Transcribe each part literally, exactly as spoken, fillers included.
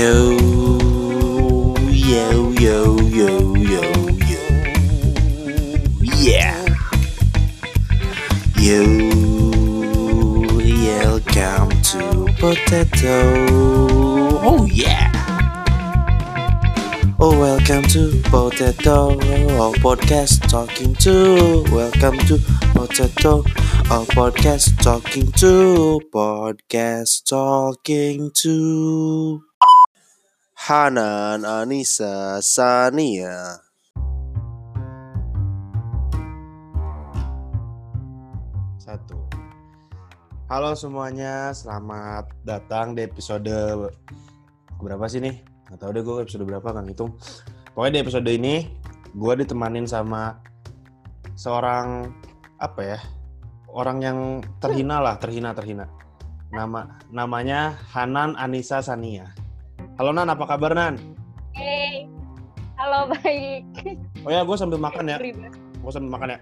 Yo, yo, yo, yo, yo, yo. Yeah. Yo, welcome to Potato. Oh yeah. Oh, welcome to Potato, our podcast talking to. Welcome to Potato, our podcast talking to. Podcast talking to. Hanan, Anissa, Sania. Satu. Halo semuanya, selamat datang di episode berapa sih nih? Gak tau deh gue episode berapa kan hitung. Pokoknya di episode ini gue ditemanin sama seorang apa ya? Orang yang terhina lah, terhina terhina. Nama namanya Hanan Anissa Sania. Halo Nan, apa kabar Nan? Hey, halo baik. Oh ya, gue sambil makan ya. Gue sambil makan ya.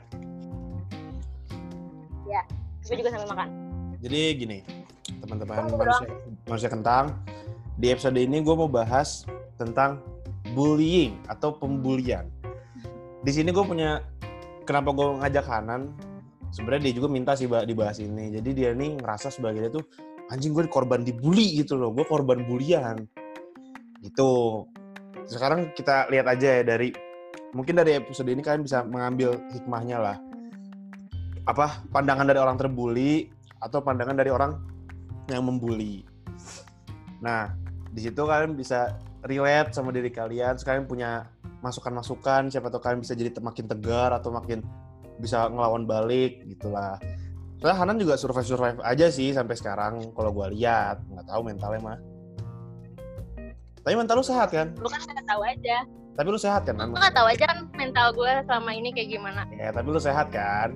Ya, gue juga sambil makan. Jadi gini, teman-teman manusia, manusia kentang. Di episode ini gue mau bahas tentang bullying atau pembulian. Di sini gue punya, kenapa gue ngajak Hanan? Sebenarnya dia juga minta sih dibahas ini. Jadi dia nih ngerasa sebagai dia tuh, anjing gue korban dibully gitu loh. Gue korban bulian. Gitu. Sekarang kita lihat aja ya dari, mungkin dari episode ini kalian bisa mengambil hikmahnya lah. Apa pandangan dari orang terbuli atau pandangan dari orang yang membuli. Nah, di situ kalian bisa relate sama diri kalian, kalian punya masukan-masukan, siapa tahu kalian bisa jadi makin tegar atau makin bisa ngelawan balik gitulah. Soalnya Hanan juga survive-survive aja sih sampai sekarang kalau gue lihat, nggak tahu mentalnya mah. Tapi mental lu sehat kan? Lu kan nggak tahu aja. Tapi lu sehat kan? Lu nggak tahu aja kan mental gue selama ini kayak gimana. Ya, tapi lu sehat kan?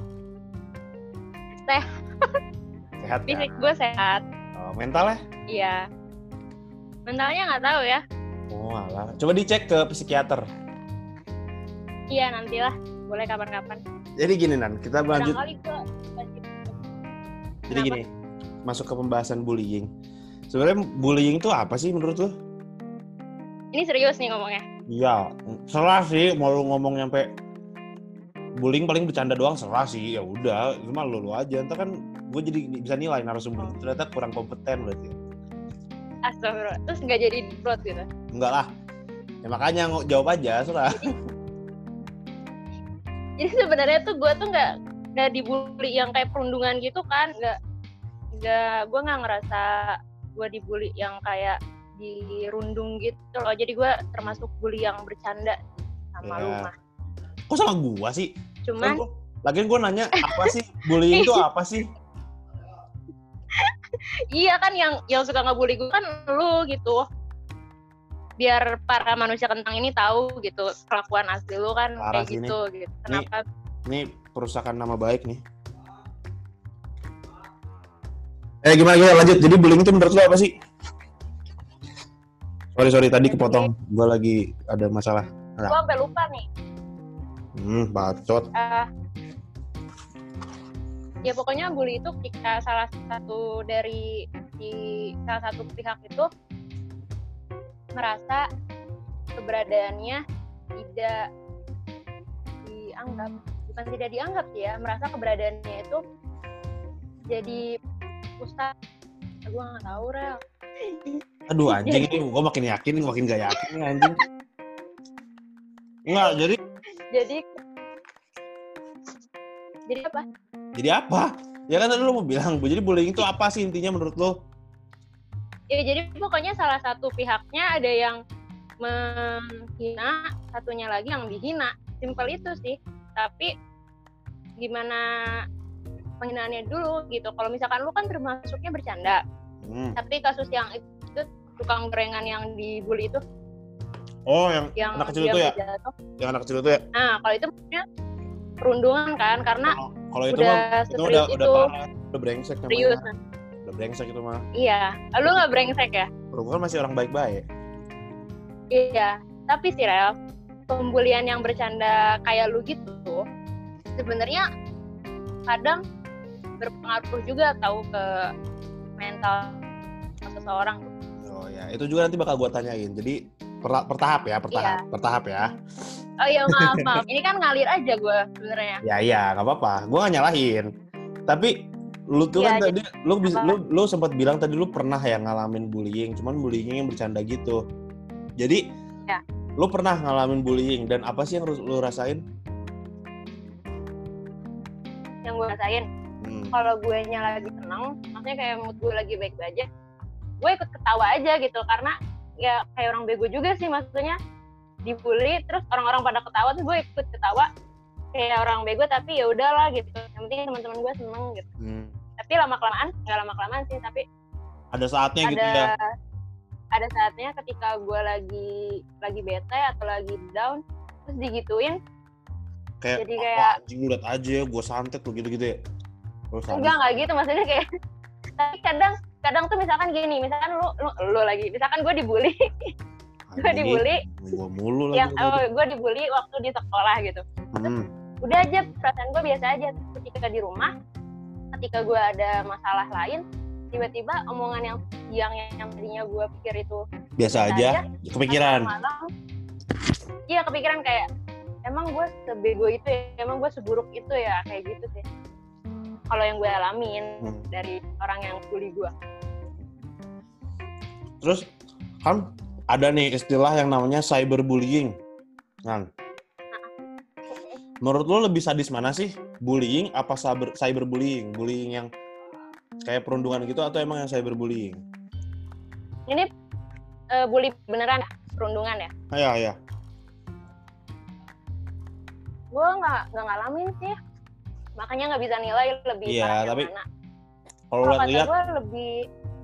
Sehat. Sehat kan? Fisik gue sehat. Oh, mentalnya? Iya. Mentalnya nggak tahu ya. Oh alah. Coba dicek ke psikiater. Iya nantilah. Boleh kapan-kapan. Jadi gini Nan, kita lanjut. Barangkali gue. Jadi gini, masuk ke pembahasan bullying. Sebenarnya bullying itu apa sih menurut lu? Ini serius nih ngomongnya. Iya, salah sih mau lu ngomong nyampe bullying paling bercanda doang salah sih. Ya udah, cuma lu lu aja. Entar kan gue jadi bisa nilai narasumber ternyata kurang kompeten berarti. Astagfirullah. Terus nggak jadi diplot gitu? Enggak lah. Ya makanya jawab aja, salah. Jadi sebenarnya tuh gue tuh nggak nggak dibully yang kayak perundungan gitu kan, nggak nggak gue nggak ngerasa gue dibully yang kayak dirundung gitu loh. Jadi gue termasuk bully yang bercanda sama ya. lu mah. Kok sama gue sih? Cuman gua, lagian gue nanya apa sih bullying itu apa sih? Iya kan yang yang suka ngebully gue kan lu gitu. Biar para manusia kentang ini tahu gitu kelakuan asli lu kan Parah kayak sini. gitu gitu. Kenapa? Ini, ini perusahaan nama baik nih. Eh gimana gimana lanjut. Jadi bullying itu menurut lu apa sih? Sorry sorry tadi kepotong. Gue lagi ada masalah. Gue sampai lupa nih. Hmm, bacot. Uh, ya pokoknya bully itu ketika salah satu dari di salah satu pihak itu merasa keberadaannya tidak dianggap, bukan tidak dianggap ya, merasa keberadaannya itu jadi pusat. Gue nggak tahu Rel. Aduh anjing ini gue makin yakin, makin gak yakin nih anjing. Enggak, jadi jadi jadi apa? Jadi apa? Ya kan tadi lu mau bilang, jadi bullying itu apa sih intinya menurut lu? Ya jadi pokoknya salah satu pihaknya ada yang menghina, satunya lagi yang dihina. Simpel itu sih. Tapi gimana penghinaannya dulu gitu. Kalau misalkan lu kan termasuknya bercanda. Hmm. Tapi kasus yang itu tukang gorengan yang dibully itu. Oh, yang, yang anak kecil itu ya? Jatuh. Yang anak kecil itu ya? Nah, kalau itu maksudnya perundungan kan, karena oh, kalau itu udah mah itu udah udah parah, udah brengsek namanya. Serius, nah. Udah brengsek itu mah. Iya, lu nggak brengsek ya? Lu kan masih orang baik-baik. Iya, tapi sih Rel, pembulian yang bercanda kayak lu gitu, sebenarnya kadang berpengaruh juga tahu ke mental seseorang. Oh ya, itu juga nanti bakal gue tanyain. Jadi per, bertahap ya, bertahap, Iya. bertahap ya. Oh iya maaf maaf, ini kan ngalir aja gue sebenarnya. Ya iya, nggak apa-apa. Gue nggak nyalahin. Tapi lu tuh Iya, kan tadi, lu, bis- apa? lu lu sempat bilang tadi lu pernah ya ngalamin bullying, cuman bullying yang bercanda gitu. Jadi, Ya. lu pernah ngalamin bullying dan apa sih yang lu, lu rasain? Yang gue rasain, Hmm. kalau gue nya lagi seneng, maksudnya kayak mood gue lagi baik aja, gue ikut ketawa aja gitu, karena ya kayak orang bego juga sih, maksudnya dibully terus orang-orang pada ketawa tuh gue ikut ketawa kayak orang bego, tapi ya udahlah gitu, yang penting teman-teman gue seneng gitu. Hmm. Tapi lama kelamaan nggak lama kelamaan sih, tapi Ada saatnya ada gitu ya. ada saatnya ketika gue lagi lagi bete atau lagi down terus digituin, Kayak, jadi "Apa, kayak anjing lu liat aja, gue santet lu gitu-gitu ya. Lu sadis. enggak enggak gitu, maksudnya kayak tapi kadang kadang tuh misalkan gini, misalkan lu lu, lu lagi misalkan gue dibully gue Anjing, dibully Gue mulu lagi. yang oh, gue dibully waktu di sekolah gitu, Hmm. udah aja perasaan gue biasa aja. Ketika di rumah, ketika gue ada masalah lain, tiba-tiba omongan yang yang yang tadinya gue pikir itu Biasa aja, kepikiran. malam iya kepikiran kayak emang gue sebego itu ya, emang gue seburuk itu ya, kayak gitu sih kalau yang gue alamin Hmm. dari orang yang bully gue. Terus kan ada nih istilah yang namanya cyberbullying. Kan? Menurut lo lebih sadis mana sih? Bullying apa cyber cyberbullying? Bullying yang kayak perundungan gitu atau emang yang cyberbullying? Ini uh, bully beneran ya, perundungan ya? Ah, ya, ya. Gue nggak nggak ngalamin sih, makanya nggak bisa nilai lebih Iya, parah yang tapi mana. Kalau Kalau kata lihat-lihat, gue lebih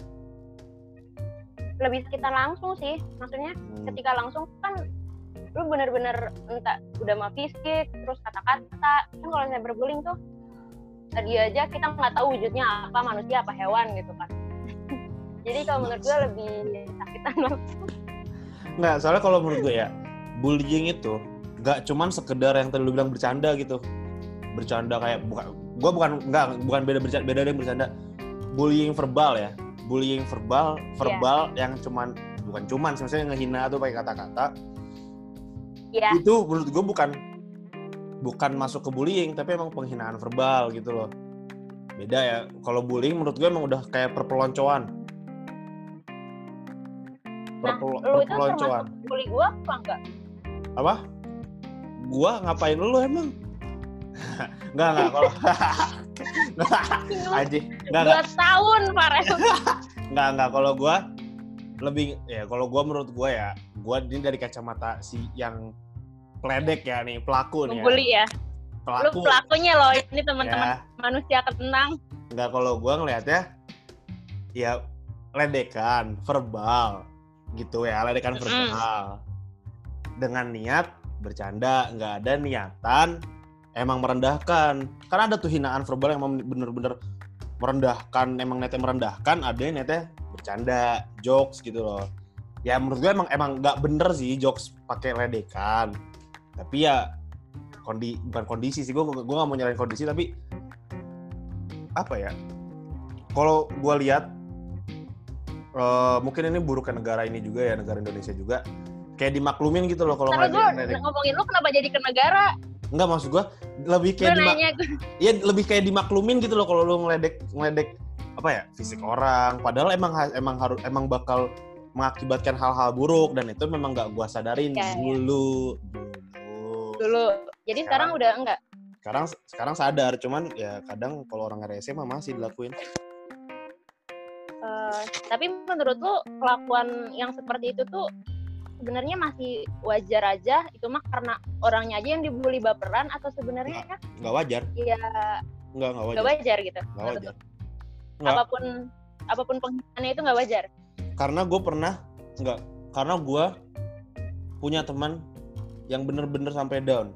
lebih sekitar langsung sih, maksudnya hmm, ketika langsung kan lu bener-bener entah udah mah fisik terus kata-kata kan. Kalau cyberbullying tuh tadi aja kita nggak tahu wujudnya apa, manusia apa hewan gitu kan. Jadi kalau menurut gue lebih sakitan langsung. nggak, soalnya kalau menurut gue ya, bullying itu nggak cuman sekedar yang tadi lu bilang bercanda gitu. Bercanda kayak bukan, gue bukan nggak bukan beda bercanda, beda dari bercanda. Bullying verbal ya, bullying verbal, verbal yeah. Yang cuman bukan cuman, sebenarnya ngehina tuh pakai kata-kata. Yeah. Itu menurut gue bukan bukan masuk ke bullying, tapi emang penghinaan verbal gitu loh. Beda ya. Kalau bullying menurut gue emang udah kayak perpeloncoan. Perpel- nah, lu itu perpeloncoan. termasuk bully gue apa enggak? Apa? Gua ngapain lu emang? Enggak, enggak kalau aja. Enggak, dua tahun Farel. Enggak, enggak kalau gua lebih ya kalau gua menurut gua ya, gua ini dari kacamata si yang pledek ya nih, pelaku nih. Bully ya. Pelaku. Lu pelakunya loh, ini teman-teman ya. Manusia kentang. Enggak, kalau gua ngelihatnya ya ledekan verbal gitu ya, ledekan Mm-hmm. verbal. Dengan niat bercanda, nggak ada niatan emang merendahkan. Karena ada tuh hinaan verbal yang bener-bener merendahkan, emang niatnya merendahkan, ada yang niatnya bercanda, jokes gitu loh. Ya menurut gue emang emang nggak bener sih jokes pakai ledekan. Tapi ya kondi bukan kondisi sih, gue gue nggak mau nyalain kondisi, tapi apa ya? Kalau gue lihat uh, mungkin ini buruknya negara ini juga ya, negara Indonesia juga. Kayak dimaklumin gitu loh kalau ngeledek. Ngomongin lu kenapa jadi ke negara? Enggak, maksud gue lebih kayak Gue dimak- nanya Iya, lebih kayak dimaklumin gitu loh kalau lu ngeledek ngeledek apa ya, fisik orang, padahal emang emang harus emang bakal mengakibatkan hal-hal buruk, dan itu memang nggak gua sadarin ya, dulu ya. dulu dulu. Jadi sekarang, sekarang udah enggak. Sekarang sekarang sadar, cuman ya kadang kalau orang rese mah masih dilakuin. Uh, tapi menurut lu kelakuan yang seperti itu tuh sebenarnya masih wajar aja, itu mah karena orangnya aja yang dibully baperan, atau sebenarnya nggak, nggak wajar? Iya, nggak nggak wajar. Nggak wajar gitu. Nggak wajar. Nggak. Apapun apapun penghinaannya itu nggak wajar. Karena gue pernah nggak, karena gue punya teman yang bener-bener sampai down.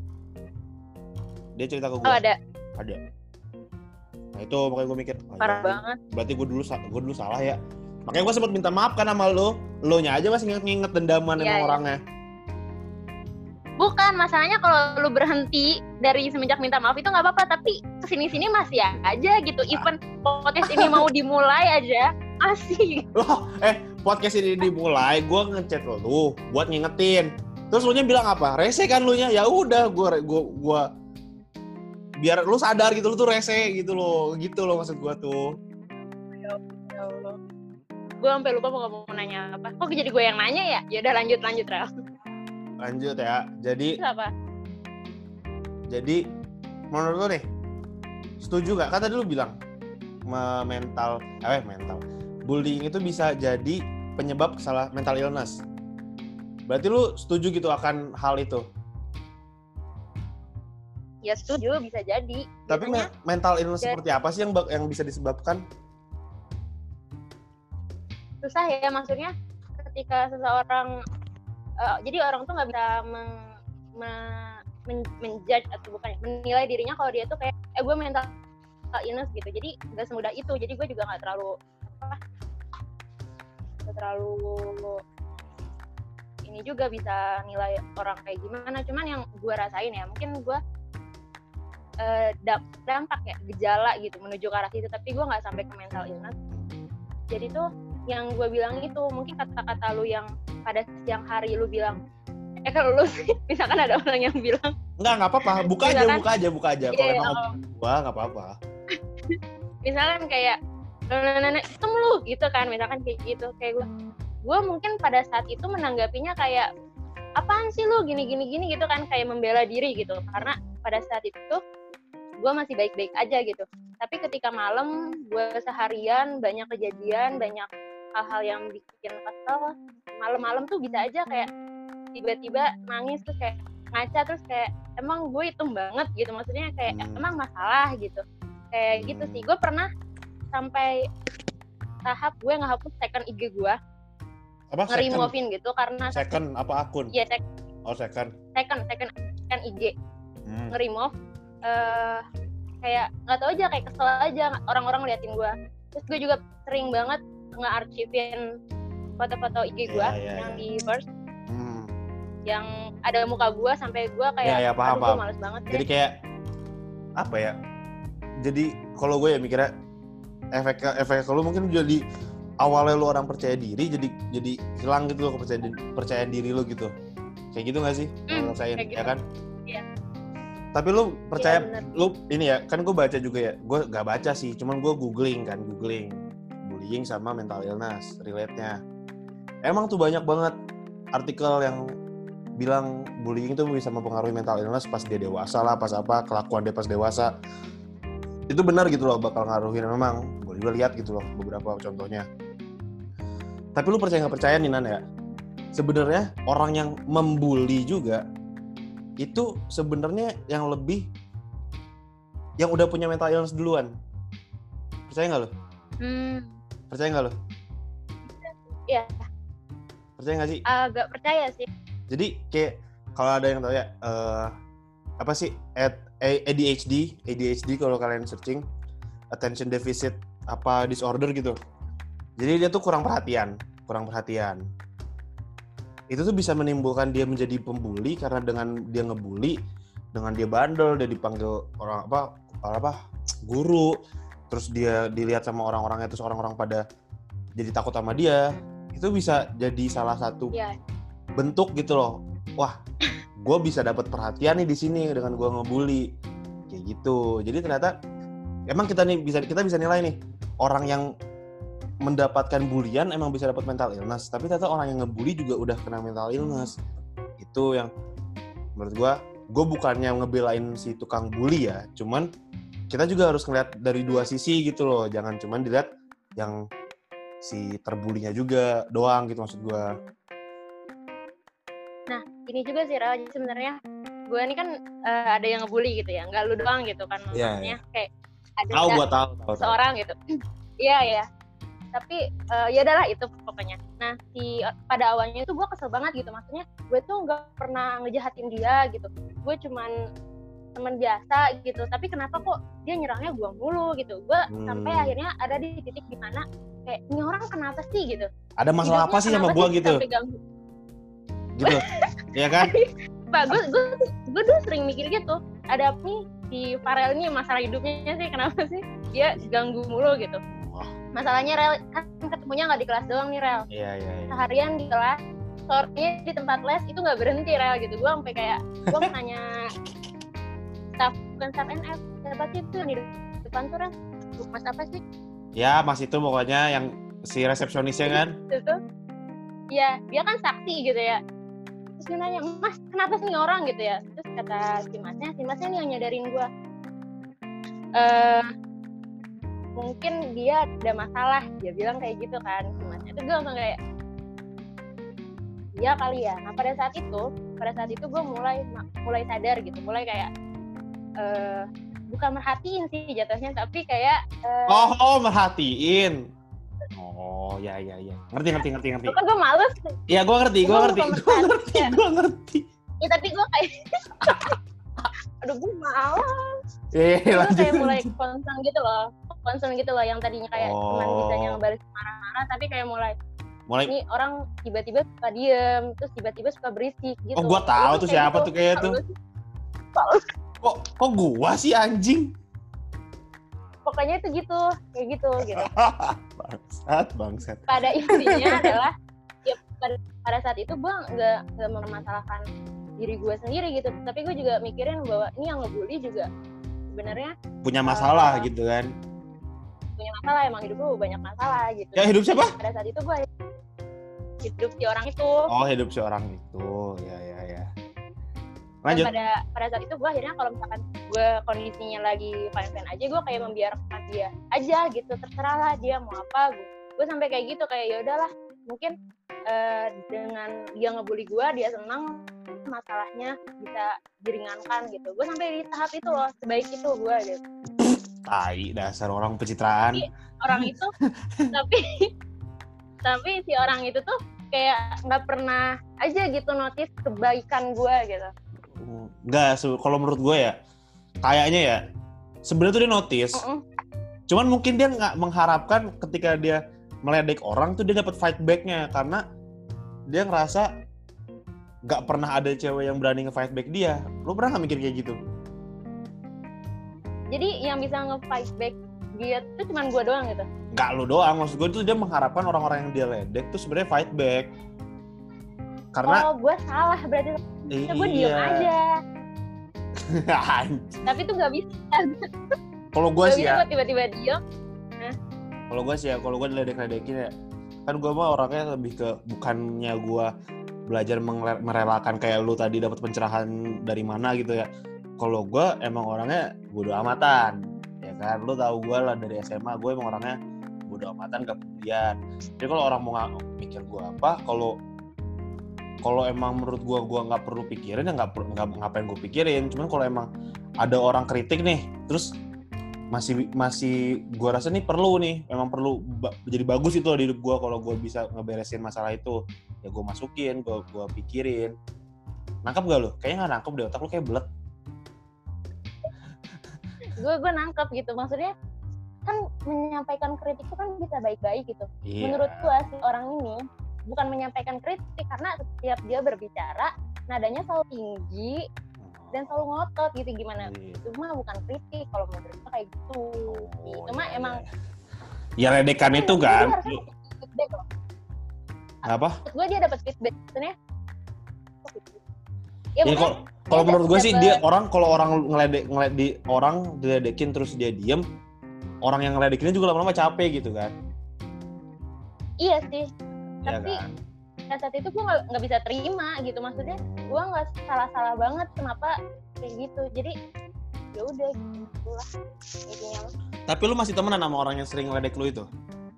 Dia cerita ke gue. Oh ada. Ada. Nah itu makanya gue mikir. Oh, parah ya, banget. Berarti gue dulu gue dulu salah ya. Makanya gue sempat minta maaf kan sama lo. Lo nya aja masih nginget-nginget dendaman ya, emang ya. orangnya. Bukan, masalahnya kalau lu berhenti dari semenjak minta maaf itu nggak apa-apa, tapi kesini-sini masih aja gitu. Even podcast ini mau dimulai aja masih. Loh, eh podcast ini dimulai, gue ngechat lu buat ngingetin. Terus lu nya bilang apa? Rese kan lu nya? Ya udah, gue gue gue biar lu sadar gitu, lu tuh rese gitu loh, gitu loh maksud gue tuh. Ya Allah. Gue sampai lupa mau ngomong nanya apa. Kok jadi gue yang nanya ya? Ya udah lanjut lanjut Rel. Lanjut ya. Jadi Terus apa? Jadi menurut lu nih, setuju gak? Kan tadi lu bilang mental, eh mental, bullying itu bisa jadi penyebab salah mental illness. Berarti lu setuju gitu akan hal itu? Ya setuju, bisa jadi. Tapi Biasanya, me- mental illness jadi, seperti apa sih yang yang bisa disebabkan? susah ya, maksudnya ketika seseorang, uh, jadi orang tuh nggak bisa meng, me- men, menjudge atau bukan menilai dirinya kalau dia tuh kayak, eh gue mental illness gitu. Jadi nggak semudah itu. Jadi gue juga nggak terlalu apa, nggak terlalu ini juga bisa nilai orang kayak gimana. Cuman yang gue rasain ya, mungkin gue uh, dampak ya, gejala gitu menuju ke arah situ. Tapi gue nggak sampai ke mental illness. Jadi tuh yang gue bilang itu, mungkin kata-kata lu yang pada siang hari lu bilang, eh kalau lu sih, misalkan ada orang yang bilang, Enggak, enggak apa-apa, buka aja, misalkan, buka aja, buka aja. Kalau iya, emang oh. ngomong gua enggak apa-apa. Misalkan kayak, nenek-nenek hitam lu gitu kan, misalkan kayak gitu, kayak gue, gue mungkin pada saat itu menanggapinya kayak, apaan sih lu gini-gini gini gitu kan, kayak membela diri gitu, karena pada saat itu gue masih baik-baik aja gitu. Tapi ketika malam, gue seharian banyak kejadian, banyak hal-hal yang bikin kesel. Malam-malam tuh bisa aja kayak tiba-tiba nangis terus kayak ngaca terus kayak emang gue hitam banget gitu. Maksudnya kayak Hmm. emang masalah gitu. Kayak Hmm. gitu sih. Gue pernah sampai tahap gue ngehapus second I G gue, Apa second? nge-removein gitu karena Second apa akun? Iya, sec- Oh, second. second, second, second I G. Hmm. Nge-remove uh, kayak nggak tahu aja, kayak kesel aja orang-orang ngeliatin gue. Terus gue juga sering banget nge-archivin foto-foto I G gue yeah, yeah, yang yeah. di first, Hmm. yang ada muka gue sampai gue kayak, Ya, ya, paham, aduh paham. gue males banget Jadi deh. kayak apa ya? Jadi kalau gue ya mikirnya efek efek kalau mungkin jadi awalnya lu orang percaya diri jadi jadi hilang gitu loh kepercayaan percaya diri lu gitu. Kayak gitu nggak sih? Hmm, Kalau saya kayak ya gitu. kan? Iya. Tapi lu percaya Iya, bener. lu ini ya kan gue baca juga ya. Gue nggak baca sih, cuman gue googling kan googling bullying sama mental illness relate-nya. Emang tuh banyak banget artikel yang bilang bullying itu bisa mempengaruhi mental illness pas dia dewasa lah, pas apa kelakuan dia pas dewasa. Itu benar gitu loh, bakal ngaruhin memang. Gue juga lihat gitu loh beberapa contohnya. Tapi lu percaya nggak percaya nih Nan ya? Sebenarnya orang yang membuli juga itu sebenarnya yang lebih yang udah punya mental illness duluan. Percaya nggak lo? Hmm, Percaya nggak lo? Iya, Percaya nggak sih? agak percaya sih. Jadi kayak kalau ada yang tahu ya eh, apa sih A D H D, A D H D kalau kalian searching attention deficit apa disorder gitu. Jadi dia tuh kurang perhatian, kurang perhatian. Itu tuh bisa menimbulkan dia menjadi pembuli karena dengan dia ngebully, dengan dia bandel, dia dipanggil orang apa, apa guru, terus dia dilihat sama orang-orangnya, terus orang-orang pada jadi takut sama dia. Itu bisa jadi salah satu Iya. bentuk gitu loh. Wah, gue bisa dapat perhatian nih di sini dengan gue ngebully, kayak gitu. Jadi ternyata emang kita nih bisa kita bisa nilai nih orang yang mendapatkan bulian emang bisa dapat mental illness, tapi ternyata orang yang ngebully juga udah kena mental illness. Itu yang menurut gue, gue bukannya ngebelain si tukang bully ya, cuman kita juga harus ngeliat dari dua sisi gitu loh, jangan cuman dilihat yang si terbulinya juga doang gitu maksud gue. Nah, ini juga sih Ra, sebenarnya gue ini kan uh, ada yang ngebully gitu ya, nggak lu doang gitu kan, Iya, maksudnya iya. kayak ada Tahu gue tahu tahu. seorang gitu. Iya ya. Tapi uh, ya udahlah itu pokoknya. Nah, si pada awalnya itu gue kesel banget gitu, maksudnya gue tuh nggak pernah ngejahatin dia gitu. Gue cuman teman biasa gitu, tapi kenapa kok dia nyerangnya gue mulu gitu. Gue Hmm. sampai akhirnya ada di titik dimana kayak ini orang kenapa sih gitu. Ada masalah Hidupnya apa sih sama kenapa gue sih gitu? sampai ganggu? Gitu. Iya kan? Pak, gue gue gue dulu sering mikir gitu. Ada apa nih si Farel ini masalah hidupnya sih, kenapa sih dia ganggu mulu gitu. Oh. Masalahnya Rel kan ketemunya nggak di kelas doang nih Rel. Iya iya. iya. Seharian di kelas, sorenya di tempat les itu nggak berhenti Rel gitu. Gue sampai kayak gue nanya staff bukan staff N F siapa sih itu yang di depan tuh Rel? Mas apa sih? Ya Mas itu pokoknya yang si resepsionisnya kan? Itu. Iya dia kan saksi gitu ya. Terus dia nanya, Mas kenapa sih orang gitu ya? Terus kata si Masnya, si Masnya nih yang nyadarin gue. Eh mungkin dia ada masalah, dia bilang kayak gitu kan si Masnya. Itu gue langsung kayak iya kali ya. Nah pada saat itu pada saat itu gue mulai mulai sadar gitu, mulai kayak uh, bukan merhatiin sih jatuhnya, tapi kayak uh, oh, oh merhatiin. Oh ya ya ya ngerti ngerti ngerti ngerti. Kan gue males. Iya gue ngerti gue ngerti gue ngerti gue ngerti. Ya tapi gue kayak aduh gue malas. Eh, gue kayak mulai concern gitu loh, concern gitu loh yang tadinya kayak oh. cuman bisanya ngebales marah-marah, tapi kayak mulai mulai ini orang tiba-tiba suka diem, terus tiba-tiba suka berisik gitu. Oh gue tahu tuh siapa gitu. Tuh kayak tuh. Kok kok gua sih anjing? Pokoknya itu gitu, kayak gitu gitu. bangsat, bangsat. Pada intinya adalah ya pada, pada saat itu gue nggak nggak mempermasalahkan diri gue sendiri gitu, tapi gue juga mikirin bahwa ini yang ngebully juga sebenarnya punya masalah uh, gitu kan? Punya masalah, emang hidup gue banyak masalah gitu. Ya hidup siapa? Pada saat itu gue hidup si orang itu. Oh hidup si orang itu, ya ya ya. Lanjut. Dan pada pada saat itu gue akhirnya kalau misalkan gue kondisinya lagi fine-fine aja, gue kayak membiarkan dia aja gitu, terserah lah dia mau apa. Gue gue sampai kayak gitu, kayak ya udahlah mungkin uh, dengan dia ngebully gue, dia senang, masalahnya bisa diringankan gitu. Gue sampai di tahap itu loh, sebaik itu gue gitu. Tai dasar orang pencitraan. Tapi orang itu tapi tapi si orang itu tuh kayak nggak pernah aja gitu notice kebaikan gue gitu. Enggak, kalau menurut gue ya kayaknya ya sebenarnya tuh dia notice. Uh-uh. Cuman mungkin dia nggak mengharapkan ketika dia meledek orang tuh dia dapat fight back-nya, karena dia ngerasa nggak pernah ada cewek yang berani nge-fight back dia. Lu pernah nggak mikir kayak gitu? Jadi yang bisa nge-fight back dia tuh cuman gue doang gitu? Nggak lu doang, maksud gue tuh dia mengharapkan orang-orang yang dia ledek tuh sebenarnya fight back. Karena oh gue salah berarti. Iya. Gue diem aja. Tapi tuh nggak bisa. Kalau gue sih ya. Tiba-tiba diem. Nah. Kalau gue sih ya, kalau gue diledek-ledekin ya, kan gue mah orangnya lebih ke bukannya gue belajar merelakan kayak lu tadi dapat pencerahan dari mana gitu ya. Kalau gue emang orangnya bodo amatan, ya kan. Lu tahu gue lah dari S M A, gue emang orangnya bodo amatan, gak pedulian. Jadi kalau orang mau ng- mikir gue apa, kalau kalau emang menurut gue gue nggak perlu pikirin ya nggak nggak ngapain gue pikirin. Cuman kalau emang ada orang kritik nih, terus masih masih gue rasa nih perlu nih, emang perlu ba- jadi bagus itu di hidup gue kalau gue bisa ngeberesin masalah itu, ya gue masukin, gue gue pikirin. Nangkep gak lo? Kayaknya nggak nangkep deh, otak lo kayak belet. gue gue nangkep gitu, maksudnya kan menyampaikan kritik itu kan bisa baik-baik gitu. Yeah. Menurut gue si orang ini bukan menyampaikan kritik, karena setiap dia berbicara nadanya selalu tinggi dan selalu ngotot gitu, gimana yeah. Itu mah bukan kritik kalau menurut gue kayak gitu. Oh, itu mah yeah. Emang ya ledekan itu kan apa? Gue dia dapat feedback maksudnya. Ya, ya kalau kalau menurut gue sih dia orang kalau orang ngeledek ngeledek di orang diledekin terus dia diem, orang yang ngeledekinnya juga lama-lama capek gitu kan. Iya sih. Ya tapi kan? saat itu gue nggak nggak bisa terima gitu, maksudnya gue nggak salah-salah banget kenapa kayak gitu, jadi ya udah gitulah intinya. Tapi lu masih temenan sama orang yang sering ngeledek lu itu?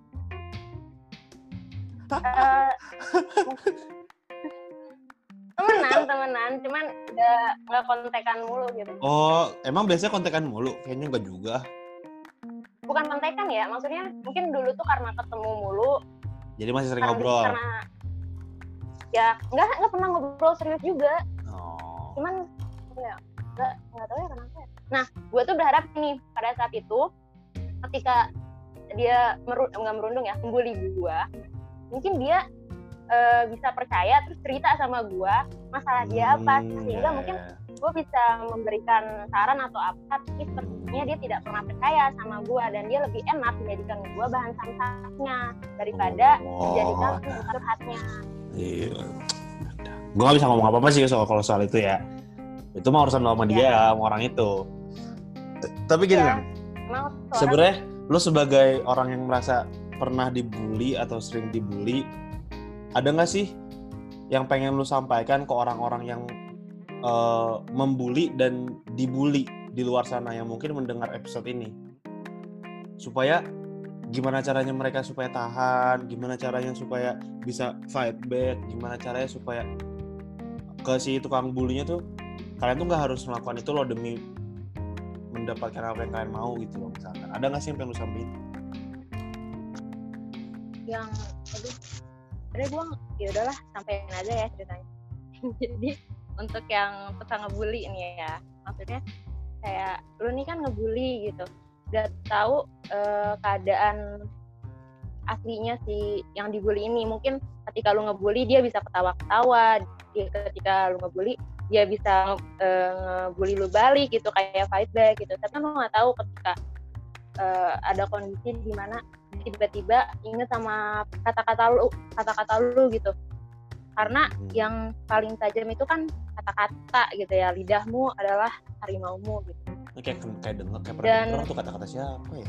Uh, temenan temenan cuman udah nggak kontekan mulu gitu. Oh emang biasanya kontekan mulu? Kayaknya enggak juga. Bukan kontekan ya, maksudnya mungkin dulu tuh karena ketemu mulu jadi masih sering karena, ngobrol. Karena ya nggak nggak pernah ngobrol serius juga. Oh. Cuman ya nggak nggak tahu ya kenapa. Nah gue tuh berharap nih pada saat itu ketika dia meru, nggak merundung ya membuli gue, mungkin dia uh, bisa percaya terus cerita sama gue masalah dia apa, hmm, sehingga yeah. mungkin gue bisa memberikan saran atau apa, tapi sepertinya dia tidak pernah percaya sama gue, dan dia lebih enak menjadikan gue bahan samsatnya daripada Oh. menjadikan curhatnya. Iya. Gue gak bisa ngomong apa-apa sih soal kalau soal itu ya. Itu mah urusan sama dia, Ya. sama orang itu. T- Tapi gini Ya, kan, emang seorang sebenarnya lu sebagai orang yang merasa pernah dibully atau sering dibully, ada nggak sih yang pengen lu sampaikan ke orang-orang yang uh, membuli dan dibully di luar sana yang mungkin mendengar episode ini, supaya gimana caranya mereka supaya tahan, gimana caranya supaya bisa fight back, gimana caranya supaya ke si tukang bulinya tuh kalian tuh nggak harus melakukan itu loh demi mendapatkan apa yang kalian mau gitu loh misalkan. Ada nggak sih yang pengen lu sampaikan? yang aduh sebenarnya gue ya udahlah sampein aja ya ceritanya. Jadi untuk yang tukang ngebully nih ya, maksudnya kayak lu nih kan ngebully gitu, udah tahu eh, keadaan aslinya si yang dibully ini. Mungkin ketika lu ngebully dia bisa ketawa-ketawa, dia ketika lu ngebully dia bisa uh, ngebully lu balik gitu, kayak fight back gitu. Tapi lu nggak tahu ketika uh, ada kondisi di mana tiba-tiba inget sama kata-kata lu, kata-kata lu gitu. Karena hmm. yang paling tajam itu kan kata-kata gitu ya, lidahmu adalah harimaumu gitu. Ini kayak kayak denger kayak pernah Dan, denger tuh kata-kata siapa ya?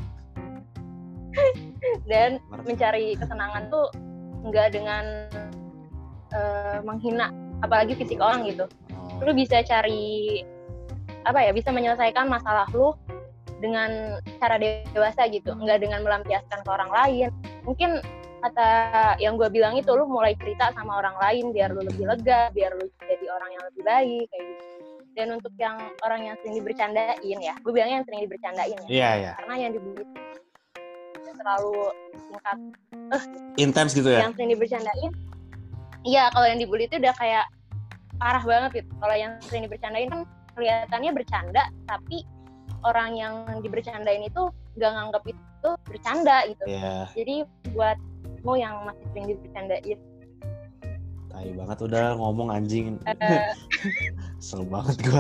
Dan Merasa. mencari kesenangan tuh nggak dengan uh, menghina apalagi fisik orang gitu. Lu bisa cari apa ya, bisa menyelesaikan masalah lu dengan cara dewasa gitu, nggak dengan melampiaskan ke orang lain. Mungkin kata yang gue bilang itu, lu mulai cerita sama orang lain biar lu lebih lega, biar lu jadi orang yang lebih baik kayak gitu. Dan untuk yang orang yang sering dibercandain ya, gue bilangnya yang sering dibercandain ya, yeah, yeah. karena yang dibully terlalu singkat, uh, intens gitu ya. Yang sering dibercandain, iya kalau yang dibully itu udah kayak parah banget gitu. Kalau yang sering dibercandain kan kelihatannya bercanda, tapi orang yang dibercandain itu nggak nganggap itu bercanda gitu. Yeah. Jadi buat mau yang masih sering dibercandain, tai banget udah ngomong anjing. Uh, Kesel banget gua.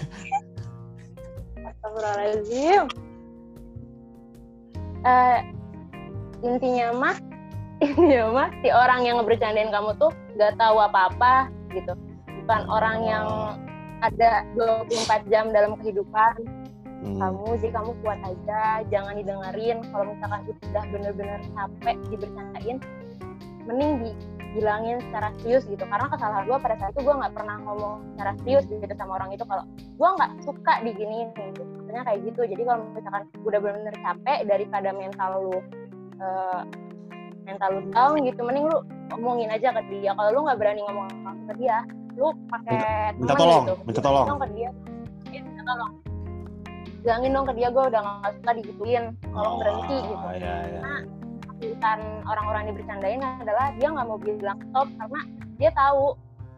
Astagfirullahaladzim. Uh, intinya mah, intinya mah si orang yang ngebercandain kamu tuh nggak tahu apa-apa gitu. Bukan orang yang ada dua puluh empat jam dalam kehidupan hmm. kamu, jadi kamu kuat aja, jangan didengerin. Kalau misalkan udah bener-bener capek dibercandain, mending dibilangin secara serius gitu. Karena kesalahan gue pada saat itu, gue nggak pernah ngomong secara serius gitu sama orang itu kalau gue nggak suka diginiin gitu. Maksudnya kayak gitu. Jadi kalau misalkan udah bener-bener capek, daripada mental lu uh, mental lu down gitu, mending lu ngomongin aja ke dia. Kalau lu nggak berani ngomong ke dia, lu pakai minta tolong, gitu. minta tolong ke dia, ya, minta tolong. Bilangin dong ke dia, gue udah nggak suka digituin, tolong oh, berhenti gitu. Iya, iya. Nah, kesulitan orang-orang yang bercandain adalah dia nggak mau bilang stop karena dia tahu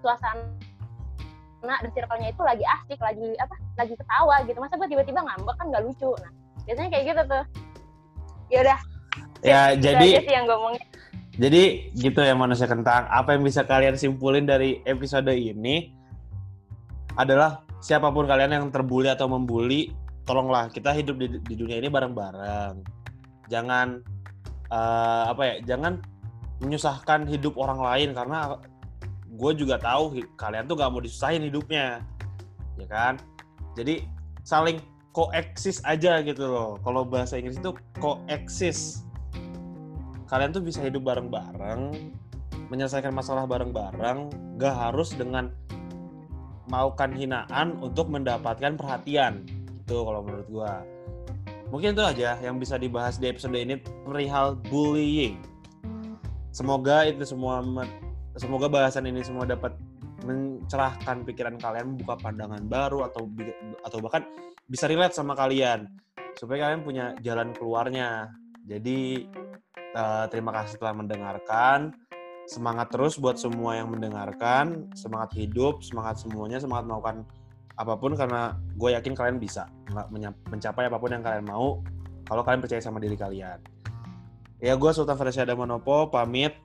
suasana dan circle-nya itu lagi asik, lagi apa, lagi ketawa gitu. Masa gue tiba-tiba ngambek kan nggak lucu. Nah, biasanya kayak gitu tuh. Ya udah. Ya, jadi aja sih yang gue omongin. Jadi gitu ya manusia kentang. Apa yang bisa kalian simpulin dari episode ini adalah siapapun kalian yang terbuli atau membuli, tolonglah kita hidup di, di dunia ini bareng-bareng. Jangan uh, apa ya? Jangan menyusahkan hidup orang lain, karena gue juga tahu kalian tuh gak mau disusahin hidupnya, ya kan? Jadi saling koeksis aja gitu loh. Kalau bahasa Inggris itu koeksis. Kalian tuh bisa hidup bareng-bareng, menyelesaikan masalah bareng-bareng, gak harus dengan maukan hinaan untuk mendapatkan perhatian. Itu kalau menurut gua. Mungkin itu aja yang bisa dibahas di episode ini perihal bullying. Semoga itu semua, semoga bahasan ini semua dapat mencerahkan pikiran kalian, membuka pandangan baru atau atau bahkan bisa relate sama kalian, supaya kalian punya jalan keluarnya. Jadi Uh, terima kasih telah mendengarkan. Semangat terus buat semua yang mendengarkan. Semangat hidup, semangat semuanya, semangat melakukan apapun, karena gue yakin kalian bisa mencapai apapun yang kalian mau kalau kalian percaya sama diri kalian. Ya, gue Sultan Farsyada Manopo pamit.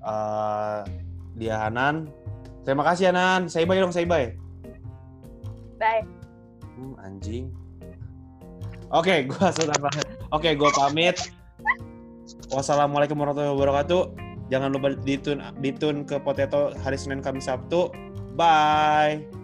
Uh, dia Hanan. Terima kasih Hanan. Say bye dong, say bye. Bye. Hmm, anjing. Oke, gua sudah Oke, gua pamit. Wassalamualaikum warahmatullahi wabarakatuh. Jangan lupa ditune ditune ke Potato hari Senin Kamis Sabtu. Bye.